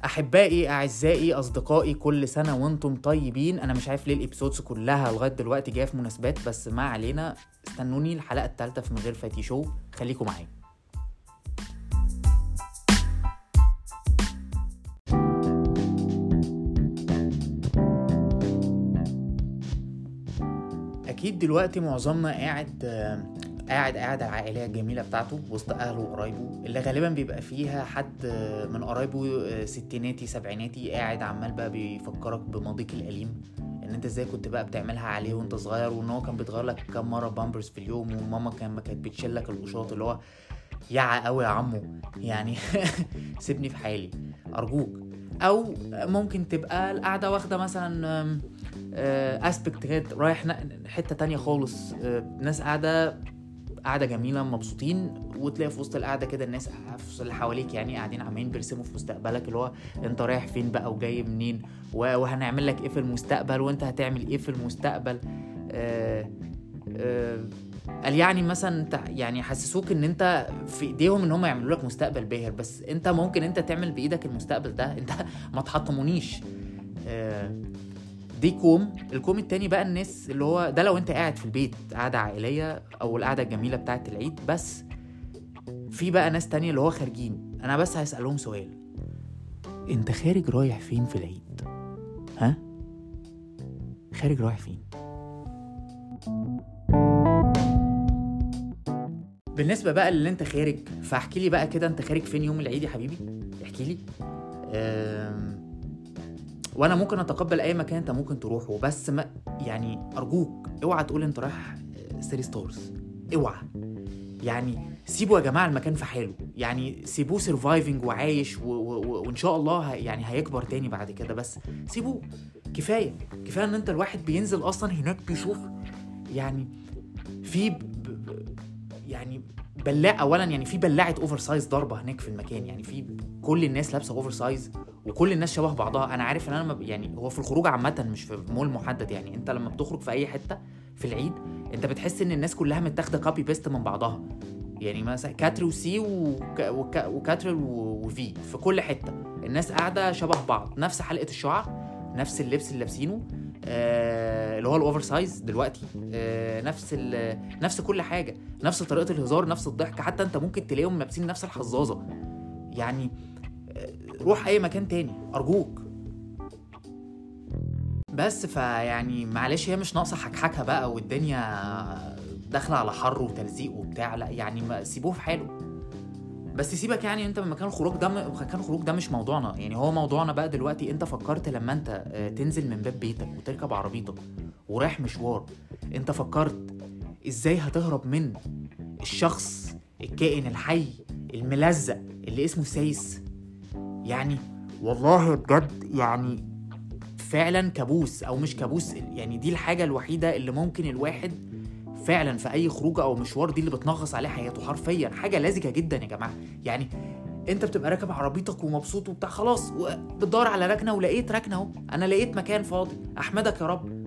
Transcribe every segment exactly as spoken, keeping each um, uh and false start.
احبائي اعزائي اصدقائي، كل سنه وانتم طيبين. انا مش عارف ليه الابيسودز كلها لغايه دلوقتي جايه في مناسبات، بس ما علينا. استنوني الحلقه الثالثه في من غير فاتي شو، خليكم معايا. اكيد دلوقتي معظمنا قاعد قاعد قاعد العائليه الجميله بتاعته وسط اهله وقرايبه، اللي غالبا بيبقى فيها حد من قرايبه ستيناتي سبعيناتي قاعد عمال بقى بيفكرك بماضيك الاليم، ان انت ازاي كنت بقى بتعملها عليه وانت صغير، وان هو كان بيتغير لك كام مره بامبرز في اليوم، وماما كان ما كانت بتشيل لك القشاط، اللي هو يعا قوي يا عمو يعني سيبني في حالي ارجوك. او ممكن تبقى القعده واخده مثلا اسبكت رايح حته تانية خالص، ناس قاعده قاعده جميله مبسوطين، وتلاقي في وسط القعده كده الناس اللي حواليك يعني قاعدين عمالين بيرسموا في مستقبلك، اللي هو انت رايح فين بقى وجاي منين، وهنعمل لك ايه في المستقبل، وانت هتعمل ايه في المستقبل. آه آه قال يعني مثلا يعني حسسوك ان انت في ايديهم ان هم يعملوا لك مستقبل باهر، بس انت ممكن انت تعمل بايدك المستقبل ده. انت ما تحطمونيش. آه دي كوم. الكوم التاني بقى الناس اللي هو ده لو انت قاعد في البيت قاعدة عائلية او القعدة الجميلة بتاعت العيد. بس في بقى ناس تانية اللي هو خارجين. انا بس هسألهم سؤال: انت خارج رايح فين في العيد؟ ها؟ خارج رايح فين؟ بالنسبة بقى اللي انت خارج، فاحكي لي بقى كده انت خارج فين يوم العيد يا حبيبي؟ احكي لي. أم... وانا ممكن اتقبل اي مكان انت ممكن تروحه، بس ما يعني ارجوك اوعى تقول انت رايح ثري ستارز. اوعى يعني، سيبوا يا جماعه المكان في حاله، يعني سيبوه سيرفايفنج وعايش و... و... وان شاء الله ه... يعني هيكبر تاني بعد كده، بس سيبوه. كفايه كفايه ان انت الواحد بينزل اصلا هناك بيشوف يعني في ب... ب... يعني بلاع. اولا يعني في بلاعه اوفر سايز ضربه هناك في المكان، يعني في كل الناس لابسه اوفر سايز وكل الناس شبه بعضها. انا عارف ان انا يعني هو في الخروج عامه مش في مول محدد، يعني انت لما بتخرج في اي حته في العيد انت بتحس ان الناس كلها متاخده كوبي بيست من بعضها، يعني مثلا كاتري وسي وك... وك... وكاتري وفي في كل حته الناس قاعده شبه بعض، نفس حلقه الشعر، نفس اللبس اللي لابسينه آه اللي هو الاوفر سايز دلوقتي، آه نفس نفس كل حاجه، نفس طريقه الهزار، نفس الضحك، حتى انت ممكن تلاقيهم لابسين نفس الحظاظه. يعني آه روح اي مكان تاني ارجوك. بس فيعني معلش هي مش ناقصه حكحكه بقى والدنيا داخله على حر وتلزيق وبتاع، لا يعني سيبوه في حاله. بس سيبك يعني انت من مكان الخروج ده، مكان الخروج ده مش موضوعنا، يعني هو موضوعنا بقى دلوقتي. انت فكرت لما انت تنزل من باب بيتك وتركب عربيتك ورايح مشوار، انت فكرت ازاي هتهرب من الشخص الكائن الحي الملزق اللي اسمه سايس؟ يعني والله بجد يعني فعلا كابوس، او مش كابوس، يعني دي الحاجة الوحيدة اللي ممكن الواحد فعلا في اي خروجه او مشوار دي اللي بتنغص عليه حياته حرفيا. حاجه لازجه جدا يا جماعه. يعني انت بتبقى راكب عربيتك ومبسوط وبتاع، خلاص بتدور على ركنه ولقيت ركنه اهو، انا لقيت مكان فاضي، احمدك يا رب.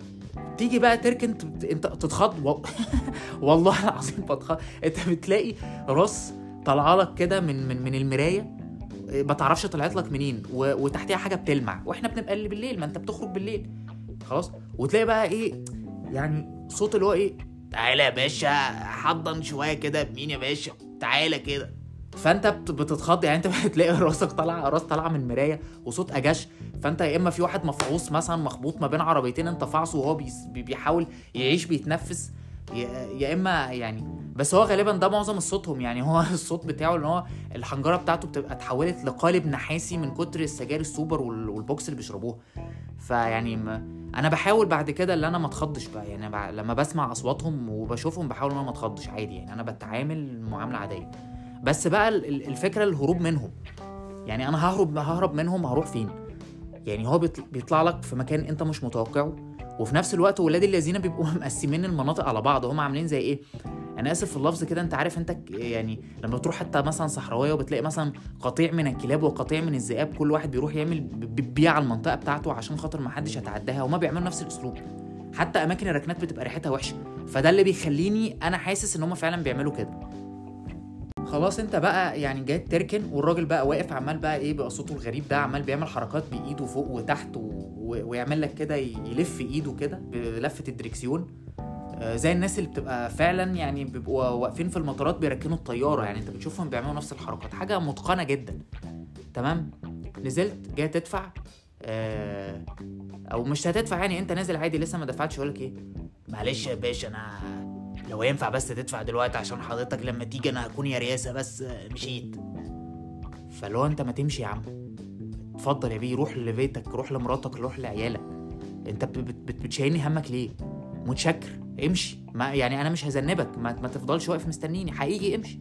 تيجي بقى تركن انت تتخض و... والله العظيم بتخض. انت بتلاقي راس طالعه لك كده من من من المرايه، ما تعرفش طلعت لك منين، و... وتحتها حاجه بتلمع، واحنا بنبقى اللي بالليل، ما انت بتخرج بالليل خلاص، وتلاقي بقى ايه يعني صوت اللي هو ايه، تعالى يا باشا حضن شويه كده، مين يا باشا تعالى كده. فانت بتتخض، يعني انت بتلاقي راسك طالعه راس طالعه من مرايه وصوت اجش، فانت يا اما في واحد مفعوص مثلا مخبوط ما بين عربيتين انت فاعصه وهو بيحاول يعيش بيتنفس، يا اما يعني، بس هو غالبا ده معظم صوتهم، يعني هو الصوت بتاعه ان هو الحنجره بتاعته بتبقى اتحولت لقالب نحاسي من كتر السجاير السوبر والبوكس اللي بيشربوها. فيعني انا بحاول بعد كده اللي انا ما اتخضش بقى، يعني ب... لما بسمع اصواتهم وبشوفهم بحاول ان انا ما اتخضش عادي، يعني انا بتعامل معامله عاديه. بس بقى الفكره الهروب منهم، يعني انا ههرب ههرب منهم هروح فين؟ يعني هو بيطلع لك في مكان انت مش متوقعه، وفي نفس الوقت ولاد الذين بيبقوا مقسمين المناطق على بعض، هم عاملين زي ايه، انا اسف في اللفظ كده، انت عارف انت يعني لما تروح حتى مثلا صحراويه وبتلاقي مثلا قطيع من الكلاب وقطيع من الذئاب، كل واحد بيروح يعمل بيبيع على المنطقه بتاعته عشان خاطر ما حدش يتعداها، وما بيعملوا نفس الاسلوب، حتى اماكن الركنات بتبقى ريحتها وحشه. فده اللي بيخليني انا حاسس ان هم فعلا بيعملوا كده. خلاص انت بقى يعني جاي تركن، والراجل بقى واقف عمال بقى ايه بقى صوته الغريب ده، عمال بيعمل حركات بايده فوق وتحت و... و... ويعمل لك كده، يلف ايده كده بلفه الدركسيون، آه زي الناس اللي بتبقى فعلا يعني بيبقوا واقفين في المطارات بيركنوا الطياره، يعني انت بتشوفهم بيعملوا نفس الحركات، حاجه متقنه جدا. تمام. نزلت جاي تدفع، آه او مش هتدفع يعني، انت نازل عادي لسه ما دفعتش، يقولك ايه معلش يا باشا انا لو ينفع بس تدفع دلوقتي عشان حضرتك لما تيجي انا هكون يا رياسه بس مشيت. فلو انت ما تمشي يا عم، اتفضل يا بيه، روح لبيتك، روح لمراتك، روح لعيالك، انت بتشيلني همك ليه؟ متشكر، امشي، ما يعني انا مش هذنبك، ما, ما تفضلش واقف مستنيني، حقيقي امشي.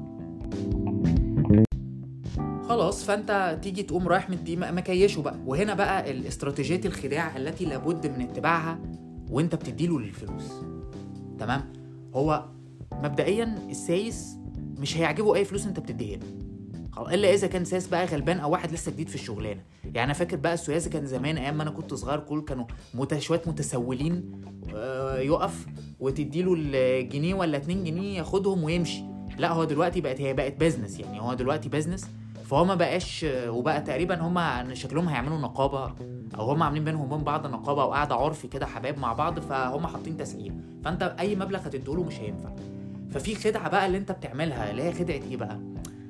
خلاص، فانت تيجي تقوم رايح مدي مكيشه بقى. وهنا بقى الاستراتيجيه الخداع التي لابد من اتباعها وانت بتديله الفلوس. تمام. هو مبدئيا السايس مش هيعجبه اي فلوس انت بتديها له، الا اذا كان سايس بقى غلبان او واحد لسه جديد في الشغلانه. يعني انا فاكر بقى السويسي كان زمان ايام ما انا كنت صغير، كل كانوا شويه متسولين، آه يقف وتديله الجنيه ولا اتنين جنيه ياخدهم ويمشي. لا، هو دلوقتي بقت هي بقت بيزنس، يعني هو دلوقتي بيزنس، فهو ما بقاش، وبقى تقريبا هم شكلهم هيعملوا نقابه، او هم عاملين بينهم وبين بعض نقابه او قاعده عرفي كده حبايب مع بعض، فهم حاطين تسعير، فانت اي مبلغ هتديله مش هينفع. ففي خدعه بقى اللي انت بتعملها، اللي هي خدعه ايه بقى؟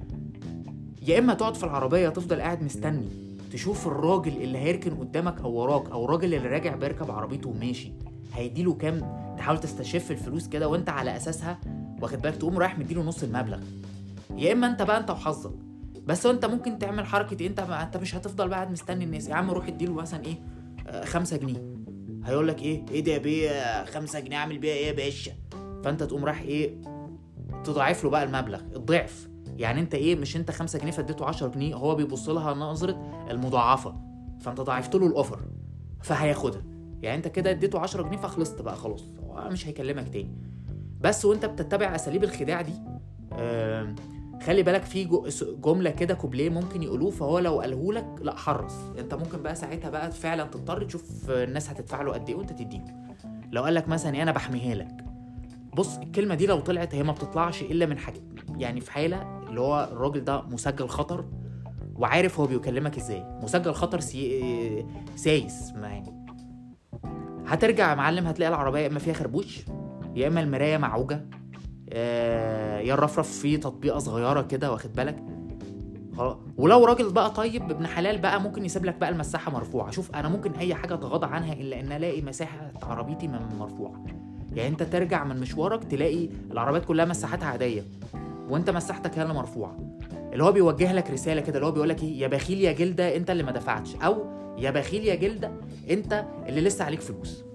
يا اما تقعد في العربيه تفضل قاعد مستني تشوف الراجل اللي هيركن قدامك او وراك، او الراجل اللي راجع بيركب عربيته وماشي هيديله كام، تحاول تستشف الفلوس كده وانت على اساسها واخد بالك تقوم رايح مديله نص المبلغ. يا اما انت بقى انت وحظك، بس انت ممكن تعمل حركه، انت انت مش هتفضل بقى قاعد مستني الناس، يا عم روح اديله مثلا ايه آه خمسة جنيه، هيقول لك ايه ايه ده يا بيه خمسة جنيه اعمل بيها ايه يا باشا؟ فانت تقوم رايح ايه تضاعف له بقى المبلغ الضعف. يعني انت ايه مش انت خمسة جنيه فاديته عشرة جنيه، هو بيبص لها نظره المضاعفه، فانت ضاعفت له الاوفر فهياخدها. يعني انت كده اديته عشرة جنيه فخلصت بقى خلاص، هو مش هيكلمك تاني. بس وانت بتتبع اساليب الخداع دي، آه خلي بالك في جمله كده كوبليه ممكن يقولوه، فهو لو قالهولك لا حرص، انت ممكن بقى ساعتها بقى فعلا تضطر تشوف الناس هتدفع له قد ايه وانت تديله. لو قالك مثلا انا بحميها لك، بص الكلمه دي لو طلعت هي ما بتطلعش الا من حاجه، يعني في حاله اللي هو الراجل ده مسجل خطر وعارف هو بيكلمك ازاي، مسجل خطر سي... سايس ما يعني. هترجع يا معلم هتلاقي العربيه يا اما فيها خربوش، يا اما المرايه معوجه، آه يا الرفرف فيه تطبيقه صغيره كده واخد بالك. ولو راجل بقى طيب ابن حلال بقى ممكن يسيب لك بقى المساحه مرفوعه. شوف انا ممكن اي حاجه اتغاضى عنها الا ان الاقي مساحه عربيتي مرفوعه. يعني انت ترجع من مشوارك تلاقي العربيات كلها مساحتها عاديه وانت مساحتك هي اللي مرفوعه، اللي هو بيوجه لك رساله كده، اللي هو بيقول لك ايه يا بخيل يا جلده انت اللي ما دفعتش، او يا بخيل يا جلده انت اللي لسه عليك فلوس.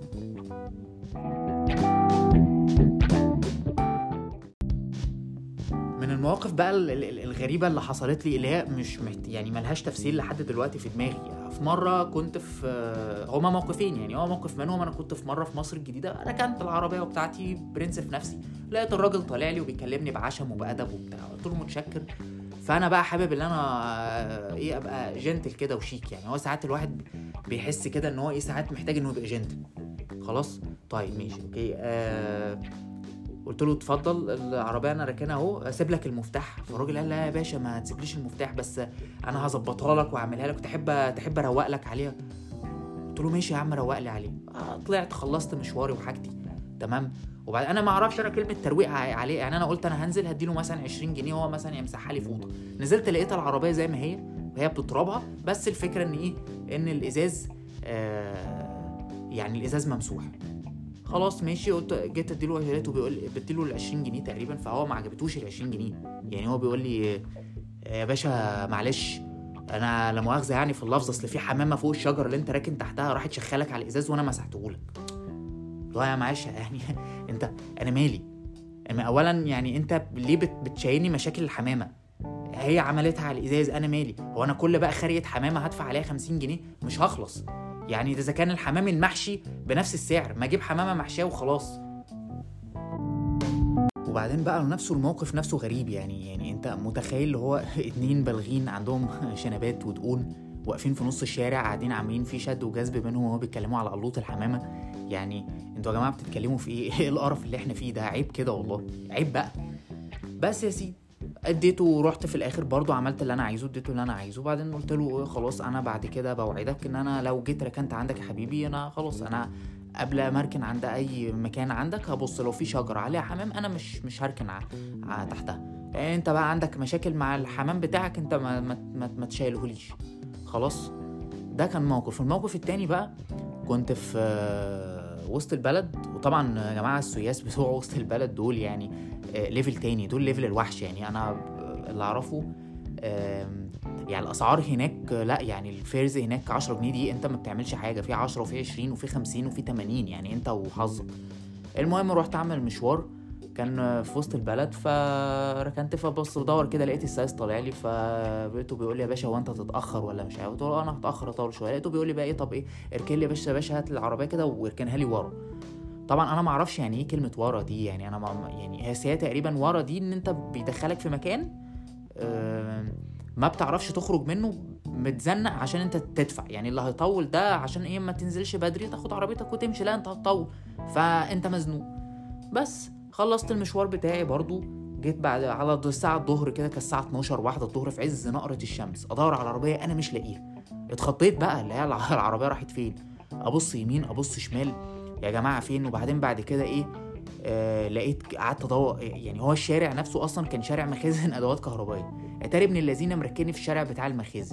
من المواقف بقى الغريبه اللي حصلت لي اللي هي مش محت... يعني ملهاش تفسير لحد دلوقتي في دماغي. في مره كنت في، هما موقفين يعني، هو موقف منهم انا كنت في مره في مصر الجديده، ركنت العربيه بتاعتي برنس في نفسي، لقيت الراجل طالع لي وبيكلمني بعشم وبادب وبتاع، قلت له متشكر. فانا بقى حابب ان انا ايه ابقى جنتل كده وشيك، يعني هو ساعات الواحد بيحس كده ان هو ايه ساعات محتاج انه يبقى جنتل. خلاص طيب ماشي اوكي. آه قلت له اتفضل العربيه انا راكنها اهو، اسيب لك المفتاح. فالراجل قال لا يا باشا ما تسيبليش المفتاح، بس انا هظبطها لك واعملها لك، تحب تحب اروق لك عليها. قلت له ماشي يا عم روق لي عليه. آه طلعت خلصت مشواري وحاجتي تمام. وبعد انا ما اعرفش انا كلمه ترويق عليه، يعني انا قلت انا هنزل هديله مثلا عشرين جنيه هو مثلا يمسحها لي فوطه. نزلت لقيت العربيه زي ما هي وهي بتتربها، بس الفكره ان ايه ان الازاز آه يعني الازاز ممسوح. خلاص ماشي. قلت جيت اديله لقيته بيقول بديله ال عشرين جنيه تقريبا، فهو ما عجبتوش ال عشرين جنيه. يعني هو بيقول لي يا باشا معلش انا لا مؤاخذه يعني في اللفظ، اصل في حمامه فوق الشجره اللي انت راكن تحتها راحت شخلك على الازاز وانا مسحته لك. لا يا معلش يعني انت انا مالي اولا، يعني انت ليه بتشيلني مشاكل الحمامه؟ هي عملتها على الازاز انا مالي؟ هو انا كل بقى خرية حمامه هدفع عليها خمسين جنيه؟ مش هخلص يعني. اذا كان الحمام المحشي بنفس السعر ما اجيب حمامه محشيه وخلاص. وبعدين بقى نفسه الموقف نفسه غريب، يعني يعني انت متخيل اللي هو اتنين بالغين عندهم شنبات ودقون واقفين في نص الشارع قاعدين عاملين في شد وجذب بينهم وهو بيتكلموا على علوط الحمامه. يعني انتوا يا جماعه بتتكلموا في ايه؟ ايه القرف اللي احنا فيه ده؟ عيب كده والله عيب بقى. بس يا سيدي اديته ورحت في الاخر برضو عملت اللي انا عايزه، اديته اللي انا عايزه. وبعدين قلت له خلاص انا بعد كده بوعدك ان انا لو جيت ركنت عندك يا حبيبي انا خلاص، انا قبل ما اركن عند اي مكان عندك هبص لو في شجره عليها حمام انا مش مش هركن ع... ع... تحتها. انت بقى عندك مشاكل مع الحمام بتاعك انت ما ما, ما... ما تشايلهوليش خلاص. ده كان موقف. الموقف التاني بقى كنت في وسط البلد، وطبعا يا جماعه السياس بتوع وسط البلد دول يعني ليفل تاني، دول ليفل الوحش يعني. انا اللي اعرفه يعني الاسعار هناك لا يعني الفيرز هناك عشرة جنيه دي انت ما بتعملش حاجه، في عشرة وفي عشرين وفي خمسين وفي تمانين يعني انت وحظك. المهم رحت اعمل مشوار كان في وسط البلد، فركنت فبص بدور كده لقيت السايس طالع لي، فلقيته بيقول لي يا باشا هو انت هتتاخر ولا مش عارف؟ قلت له انا هتاخر اطول شويه. لقيته بيقول لي بقى ايه طب ايه اركن لي يا باشا، يا باشا هات العربيه كده واركنها لي ورا. طبعا انا ما اعرفش يعني ايه كلمه ورا دي، يعني انا ما يعني هي تقريبا ورا دي ان انت بيدخلك في مكان ما بتعرفش تخرج منه متزنق عشان انت تدفع، يعني اللي هيطول ده عشان ايه ما تنزلش بدري تاخد عربيتك وتمشي، لا انت هتطول فانت مزنوق. بس خلصت المشوار بتاعي برضو، جيت بعد على الساعه الظهر كده، كانت الساعه اتناشر واحدة الظهر في عز نقره الشمس، ادور على العربيه انا مش لاقيها. اتخضيت بقى اللي هي العربيه راحت فين، ابص يمين ابص شمال يا جماعه فين. وبعدين بعد كده ايه آه لقيت قعدت ادور، يعني هو الشارع نفسه اصلا كان شارع مخازن ادوات كهربائيه، اتاري ابن الذين مركني في الشارع بتاع المخازن.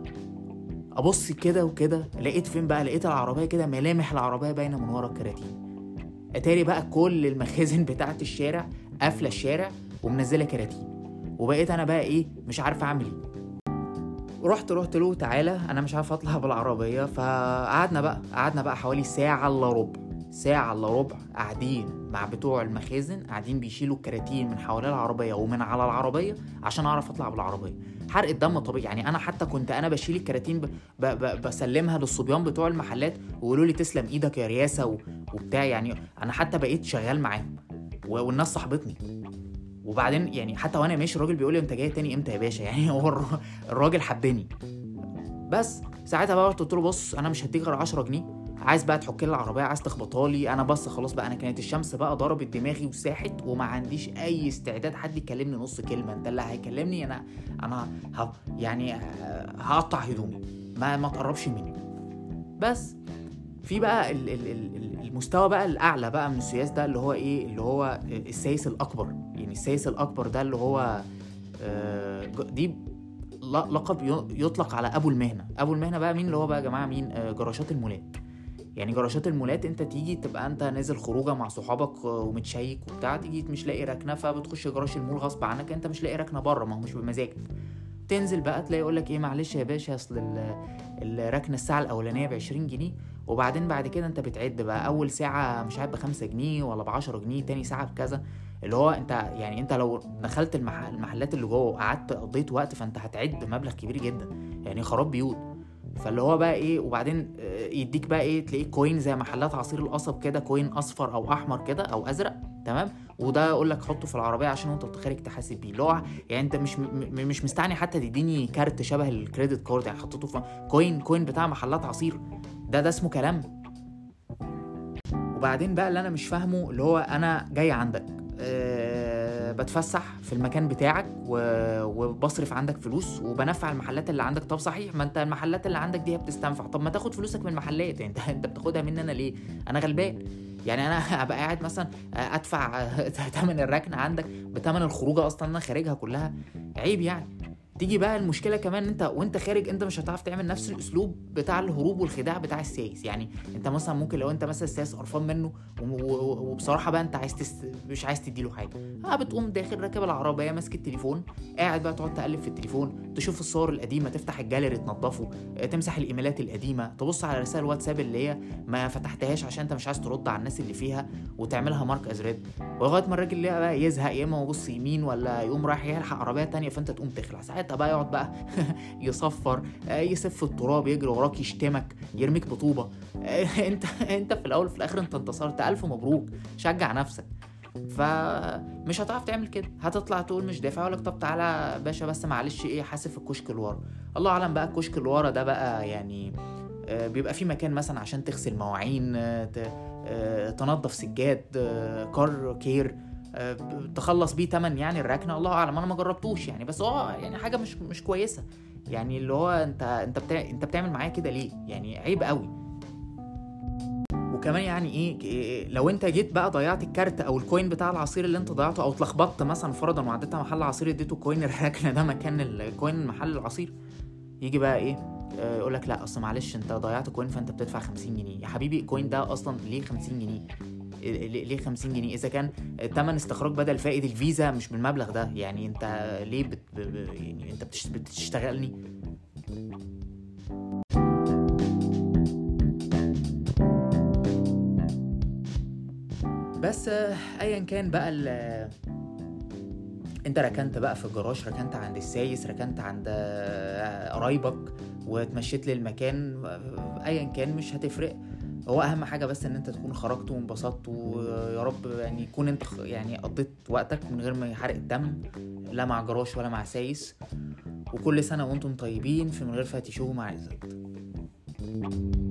ابص كده وكده لقيت فين بقى، لقيت العربيه كده ملامح العربيه باينه من ورا الكراتين. اتاري بقى كل المخازن بتاعه الشارع قافله الشارع ومنزله كراتين، وبقيت انا بقى ايه مش عارف اعمل ايه. رحت رحت له تعالى انا مش عارف اطلع بالعربيه. فقعدنا بقى قعدنا بقى حوالي ساعه الا ربع ساعه الا ربع قاعدين مع بتوع المخازن، قاعدين بيشيلوا الكراتين من حوالين العربيه ومن على العربيه عشان اعرف اطلع بالعربيه. حرق الدم طبيعي يعني. انا حتى كنت انا بشيل الكراتين ب... ب... ب... بسلمها للصبيان بتوع المحلات ويقولوا لي تسلم ايدك يا رياسه و... وبتاع يعني. انا حتى بقيت شغال معاهم و... والناس صاحبتني. وبعدين يعني حتى وانا ماشي الراجل بيقول لي انت جاي تاني امتى يا باشا، يعني هو الراجل حبني. بس ساعتها بقى قلت له بص انا مش هديك غير عشرة جنيه، عايز بقى تحك لي العربيه عايز تخبطها لي انا بس خلاص بقى. انا كانت الشمس بقى ضربت دماغي وساحت وما عنديش اي استعداد حد يكلمني نص كلمه. انت اللي هيكلمني انا انا ه... يعني هقطع هدومي ما ما تقربش مني. بس في بقى ال... ال... ال... المستوى بقى الاعلى بقى من السياس ده اللي هو ايه، اللي هو السايس الاكبر. يعني السايس الاكبر ده اللي هو دي لقب يطلق على ابو المهنه. ابو المهنه بقى مين اللي هو بقى يا جماعه مين؟ جراشات المولات. يعني جراشات المولات انت تيجي تبقى انت نازل خروجه مع صحابك ومتشيك وبتاع، تيجي مش لاقي ركنه فبتخش جراش المول غصب عنك، انت مش لاقي ركنه بره ما هو مش بمزاجك. تنزل بقى تلاقي يقولك ايه معلش يا باشا اصل الركنه الساعه الاولانيه بعشرين جنيه، وبعدين بعد كده انت بتعد بقى اول ساعه مش عارف بخمسة جنيه ولا بعشرة جنيه، تاني ساعه بكذا. اللي هو انت يعني انت لو دخلت المحل المحلات اللي جوه وقعدت قضيت وقت فانت هتعد مبلغ كبير جدا يعني خراب بيوت. فاللي هو بقى ايه وبعدين يديك بقى ايه تلاقيه كوين زي محلات عصير القصب كده، كوين اصفر او احمر كده او ازرق تمام، وده يقول لك حطه في العربيه عشان وانت بتخرج تحاسب بيه. اللي هو يعني انت مش م- مش مستعني حتى تديني كارت شبه الكريدت كارد، يعني حطيته في كوين كوين بتاع محلات عصير. ده ده اسمه كلام. وبعدين بقى اللي انا مش فاهمه اللي هو انا جاي عندك أه بتفسح في المكان بتاعك وبصرف عندك فلوس وبنفع المحلات اللي عندك. طب صحيح ما انت المحلات اللي عندك دي بتستنفع، طب ما تاخد فلوسك من المحلات. يعني انت انت بتاخدها مني انا ليه؟ انا غلبان يعني. انا ابقى قاعد مثلا ادفع ثمن الركنه عندك بثمن الخروجه اصلا انا خارجها كلها، عيب يعني. تيجي بقى المشكله كمان انت وانت خارج انت مش هتعرف تعمل نفس الاسلوب بتاع الهروب والخداع بتاع السايس. يعني انت مثلا ممكن لو انت مثلا السايس قرفان منه وبصراحه بقى انت عايز تس... مش عايز تديله حاجه، اه بتقوم داخل راكب العربيه ماسك التليفون قاعد بقى تقعد تقلب في التليفون، تشوف الصور القديمه، تفتح الجاليري تنظفه، تمسح الايميلات القديمه، تبص على رسائل واتساب اللي هي ما فتحتهاش عشان انت مش عايز ترد على الناس اللي فيها وتعملها مارك از ريد، ولغايه ما الراجل اللي بقى يزهق يا اما يبص يمين ولا يقوم رايح يلحق عربيه تانية فانت تقوم تخلع. ساعتها بقى يقعد بقى يصفر يسف التراب يجري وراك يشتمك يرميك بطوبه. انت انت في الاول وفي الاخر انت انتصرت، الف مبروك، شجع نفسك. فمش هتعرف تعمل كده، هتطلع تقول مش دافع، اقول لك طب تعالى باشا بس معلش ايه حاسب في الكشك اللي ورا. الله اعلم بقى الكشك اللي ورا ده بقى يعني بيبقى في مكان مثلا عشان تغسل مواعين، تنظف سجاد، كار كير، آه، ب- تخلص بيه تمن يعني الركنه، الله اعلم، انا ما جربتوش يعني، بس هو يعني حاجه مش مش كويسه. يعني اللي هو انت انت بتاع انت بتعمل معايا كده ليه؟ يعني عيب قوي. وكمان يعني ايه إيه- لو انت جيت بقى ضيعت الكارت او الكوين بتاع العصير اللي انت ضيعته، او اتلخبطت مثلا فرضا وعديت على محل عصير اديته كوين الركنه ده مكان الكوين محل العصير، يجي بقى ايه آه، يقول لك لا اصل معلش انت ضيعت كوين فانت بتدفع خمسين جنيه. يا حبيبي الكوين ده اصلا ليه خمسين جنيه؟ إيه- ليه ليه خمسين جنيه اذا كان تمن استخراج بدل فائد الفيزا مش بالمبلغ ده؟ يعني انت ليه بت... ب... ب... يعني انت بتش... بتشتغلني. بس آه، ايا كان بقى ال... انت ركنت بقى في الجراج، ركنت عند السايس، ركنت عند آه، قرايبك واتمشيت للمكان، آه، ايا كان مش هتفرق. هو اهم حاجه بس ان انت تكون خرجت وانبسطت، ويا رب يعني يكون انت خ- يعني قضيت وقتك من غير ما يحرق الدم، لا مع جراج ولا مع سايس. وكل سنه وانتم طيبين في من غير فاتي شو مع عزت.